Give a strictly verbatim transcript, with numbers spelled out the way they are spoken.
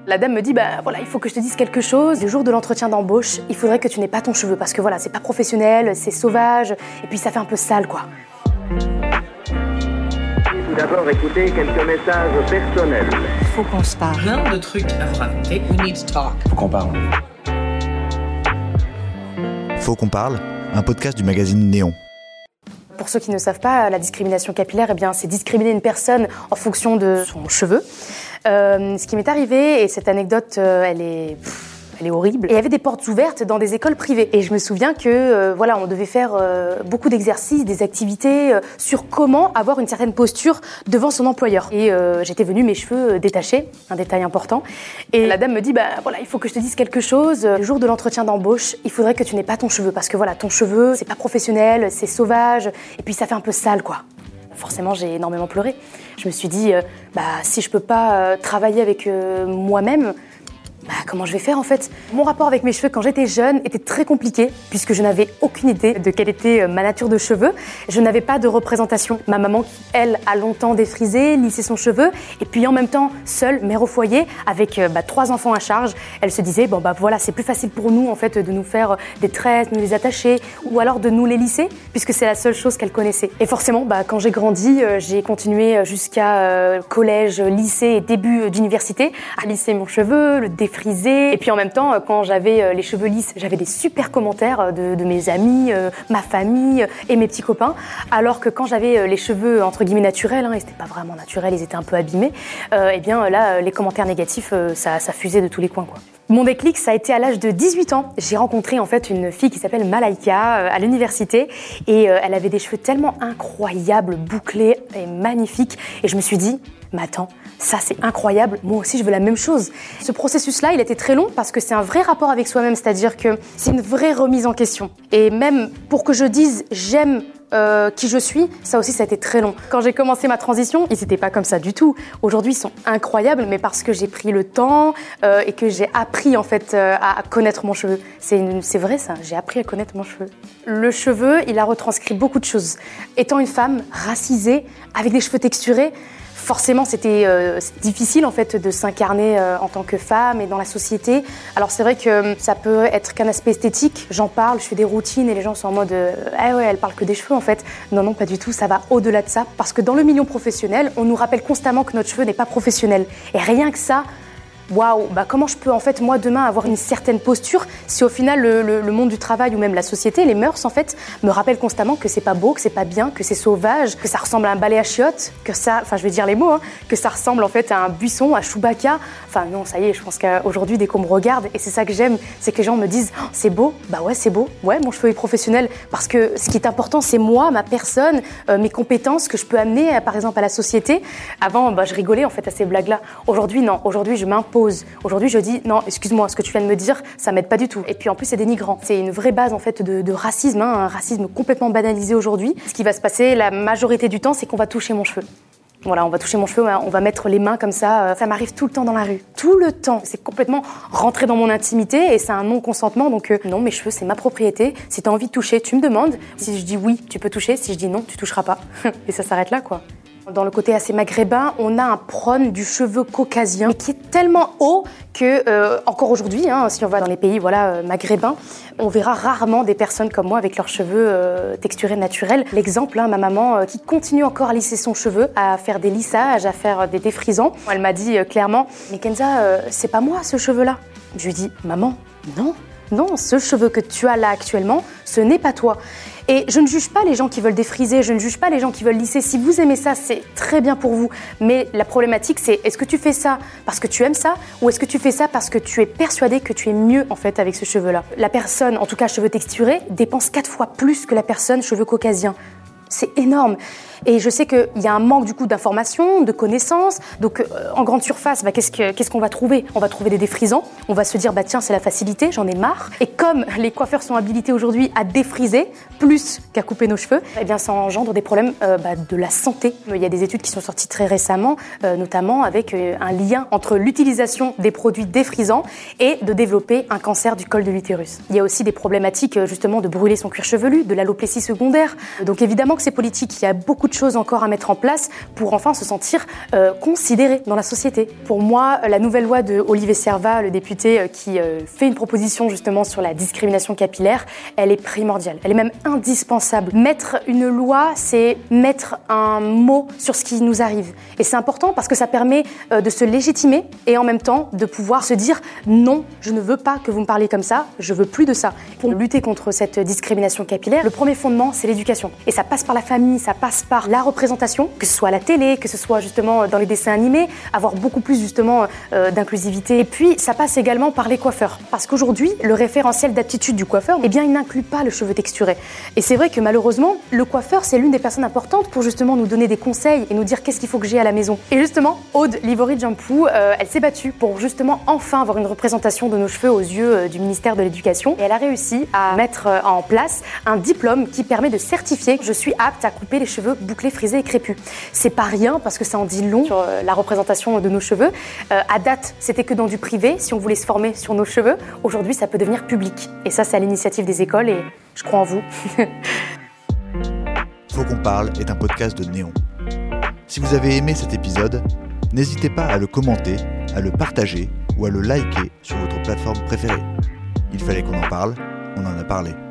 La dame me dit, bah voilà, il faut que je te dise quelque chose. Le jour de l'entretien d'embauche, il faudrait que tu n'aies pas ton cheveu parce que voilà, c'est pas professionnel, c'est sauvage, et puis ça fait un peu sale, quoi. Tout d'abord, écoutez quelques messages personnels. Faut qu'on se parle. Plein de trucs à vous raconter. We need to talk. Faut qu'on parle. Faut qu'on parle, un podcast du magazine Néon. Pour ceux qui ne savent pas, la discrimination capillaire, eh bien, c'est discriminer une personne en fonction de son cheveu. Euh, ce qui m'est arrivé, et cette anecdote, euh, elle est... Pff, elle est horrible. Et il y avait des portes ouvertes dans des écoles privées. Et je me souviens que, euh, voilà, on devait faire euh, beaucoup d'exercices, des activités euh, sur comment avoir une certaine posture devant son employeur. Et euh, j'étais venue mes cheveux détachés, un détail important. Et la dame me dit, bah voilà, il faut que je te dise quelque chose. Le jour de l'entretien d'embauche, il faudrait que tu n'aies pas ton cheveu parce que voilà, ton cheveu, c'est pas professionnel, c'est sauvage, et puis ça fait un peu sale, quoi. Forcément, j'ai énormément pleuré. Je me suis dit, euh, bah si je peux pas euh, travailler avec euh, moi-même, bah, comment je vais faire en fait ? Mon rapport avec mes cheveux quand j'étais jeune était très compliqué puisque je n'avais aucune idée de quelle était ma nature de cheveux. Je n'avais pas de représentation. Ma maman, elle, a longtemps défrisé, lissé son cheveu et puis en même temps, seule, mère au foyer, avec bah, trois enfants à charge, elle se disait bon bah voilà, c'est plus facile pour nous en fait de nous faire des tresses, nous les attacher ou alors de nous les lisser puisque c'est la seule chose qu'elle connaissait. Et forcément, bah, quand j'ai grandi, euh, j'ai continué jusqu'à euh, collège, lycée et début d'université à lisser mon cheveu, le défriser. Et puis en même temps, quand j'avais les cheveux lisses, j'avais des super commentaires de, de mes amis, euh, ma famille et mes petits copains. Alors que quand j'avais les cheveux entre guillemets naturels, hein, et c'était pas vraiment naturel, ils étaient un peu abîmés, euh, et bien là, les commentaires négatifs, euh, ça, ça fusait de tous les coins, quoi. Mon déclic, ça a été à l'âge de dix-huit ans. J'ai rencontré en fait une fille qui s'appelle Malaika euh, à l'université et euh, elle avait des cheveux tellement incroyables, bouclés et magnifiques. Et je me suis dit, mais attends, ça c'est incroyable, moi aussi je veux la même chose. Ce processus-là, il était très long parce que c'est un vrai rapport avec soi-même, c'est-à-dire que c'est une vraie remise en question. Et même pour que je dise j'aime Euh, qui je suis, ça aussi ça a été très long. Quand j'ai commencé ma transition, ils n'étaient pas comme ça du tout. Aujourd'hui ils sont incroyables, mais parce que j'ai pris le temps euh, et que j'ai appris en fait euh, à connaître mon cheveu. C'est, une, c'est vrai ça, j'ai appris à connaître mon cheveu. Le cheveu, il a retranscrit beaucoup de choses. Étant une femme racisée, avec des cheveux texturés, forcément, c'était euh, difficile en fait de s'incarner euh, en tant que femme et dans la société. Alors c'est vrai que ça peut être qu'un aspect esthétique. J'en parle, je fais des routines et les gens sont en mode euh, ah ouais, elle parle que des cheveux en fait. Non non, pas du tout. Ça va au-delà de ça parce que dans le milieu professionnel, on nous rappelle constamment que notre cheveu n'est pas professionnel. Et rien que ça. Waouh, bah comment je peux en fait moi demain avoir une certaine posture si au final le, le, le monde du travail ou même la société, les mœurs en fait me rappellent constamment que c'est pas beau, que c'est pas bien, que c'est sauvage, que ça ressemble à un balai à chiottes, que ça, enfin je vais dire les mots, hein, que ça ressemble en fait à un buisson, à Chewbacca. Enfin non, ça y est, je pense qu'aujourd'hui dès qu'on me regarde et c'est ça que j'aime, c'est que les gens me disent oh, c'est beau, bah ouais c'est beau, ouais mon cheveu est professionnel parce que ce qui est important c'est moi, ma personne, euh, mes compétences que je peux amener euh, par exemple à la société. Avant bah je rigolais en fait à ces blagues-là. Aujourd'hui non, aujourd'hui je m'impose. Aujourd'hui, je dis non, excuse-moi, ce que tu viens de me dire, ça m'aide pas du tout. Et puis en plus, c'est dénigrant. C'est une vraie base en fait de, de racisme, hein, un racisme complètement banalisé aujourd'hui. Ce qui va se passer la majorité du temps, c'est qu'on va toucher mon cheveu. Voilà, on va toucher mon cheveu, on va mettre les mains comme ça. Ça m'arrive tout le temps dans la rue, tout le temps. C'est complètement rentré dans mon intimité et c'est un non-consentement. Donc euh, non, mes cheveux, c'est ma propriété. Si t'as envie de toucher, tu me demandes. Si je dis oui, tu peux toucher. Si je dis non, tu toucheras pas. Et ça s'arrête là, quoi. Dans le côté assez maghrébin, on a un prône du cheveu caucasien qui est tellement haut que, euh, encore aujourd'hui, hein, si on va dans les pays voilà, euh, maghrébins, on verra rarement des personnes comme moi avec leurs cheveux euh, texturés naturels. L'exemple, hein, ma maman euh, qui continue encore à lisser son cheveu, à faire des lissages, à faire des défrisants. Elle m'a dit euh, clairement « Mais Kenza, euh, c'est pas moi ce cheveu-là ». Je lui dis « Maman, non, non, ce cheveu que tu as là actuellement, ce n'est pas toi ». Et je ne juge pas les gens qui veulent défriser, je ne juge pas les gens qui veulent lisser. Si vous aimez ça, c'est très bien pour vous. Mais la problématique, c'est est-ce que tu fais ça parce que tu aimes ça ou est-ce que tu fais ça parce que tu es persuadé que tu es mieux en fait avec ce cheveu-là ? La personne, en tout cas cheveux texturés, dépense quatre fois plus que la personne cheveux caucasiens. C'est énorme. Et je sais qu'il y a un manque du coup d'informations, de connaissances. Donc euh, en grande surface, bah, qu'est-ce, que, qu'est-ce qu'on va trouver ? On va trouver des défrisants. On va se dire bah tiens c'est la facilité, j'en ai marre. Et comme les coiffeurs sont habilités aujourd'hui à défriser plus qu'à couper nos cheveux, eh bien ça engendre des problèmes euh, bah, de la santé. Il y a des études qui sont sorties très récemment, euh, notamment avec euh, un lien entre l'utilisation des produits défrisants et de développer un cancer du col de l'utérus. Il y a aussi des problématiques justement de brûler son cuir chevelu, de l'alopécie secondaire. Donc évidemment que c'est politique. Il y a beaucoup de choses encore à mettre en place pour enfin se sentir euh, considéré dans la société. Pour moi, la nouvelle loi de Olivier Servat, le député euh, qui euh, fait une proposition justement sur la discrimination capillaire, elle est primordiale. Elle est même indispensable. Mettre une loi, c'est mettre un mot sur ce qui nous arrive. Et c'est important parce que ça permet euh, de se légitimer et en même temps de pouvoir se dire non, je ne veux pas que vous me parliez comme ça, je veux plus de ça. Pour lutter contre cette discrimination capillaire, le premier fondement, c'est l'éducation. Et ça passe par la famille, ça passe par la représentation, que ce soit à la télé, que ce soit justement dans les dessins animés, avoir beaucoup plus justement euh, d'inclusivité. Et puis, ça passe également par les coiffeurs. Parce qu'aujourd'hui, le référentiel d'aptitude du coiffeur, eh bien, il n'inclut pas le cheveu texturé. Et c'est vrai que malheureusement, le coiffeur, c'est l'une des personnes importantes pour justement nous donner des conseils et nous dire qu'est-ce qu'il faut que j'ai à la maison. Et justement, Aude Livori-Djampou, euh, elle s'est battue pour justement enfin avoir une représentation de nos cheveux aux yeux euh, du ministère de l'Éducation. Et elle a réussi à mettre euh, en place un diplôme qui permet de certifier que je suis apte à couper les cheveux bouclés, frisés et crépus. C'est pas rien parce que ça en dit long sur euh, la représentation de nos cheveux. Euh, à date, c'était que dans du privé, si on voulait se former sur nos cheveux. Aujourd'hui, ça peut devenir public. Et ça, c'est à l'initiative des écoles et je crois en vous. Faut qu'on parle est un podcast de Néon. Si vous avez aimé cet épisode, n'hésitez pas à le commenter, à le partager ou à le liker sur votre plateforme préférée. Il fallait qu'on en parle, on en a parlé.